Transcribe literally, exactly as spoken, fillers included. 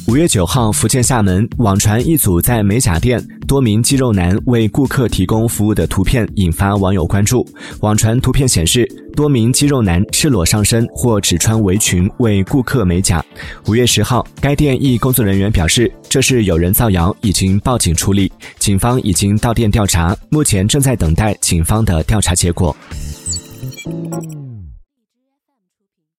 五月九号，福建厦门网传一组在美甲店多名肌肉男为顾客提供服务的图片引发网友关注。网传图片显示，多名肌肉男赤裸上身或只穿围裙为顾客美甲。五月十号，该店一工作人员表示，这是有人造谣，已经报警处理，警方已经到店调查，目前正在等待警方的调查结果。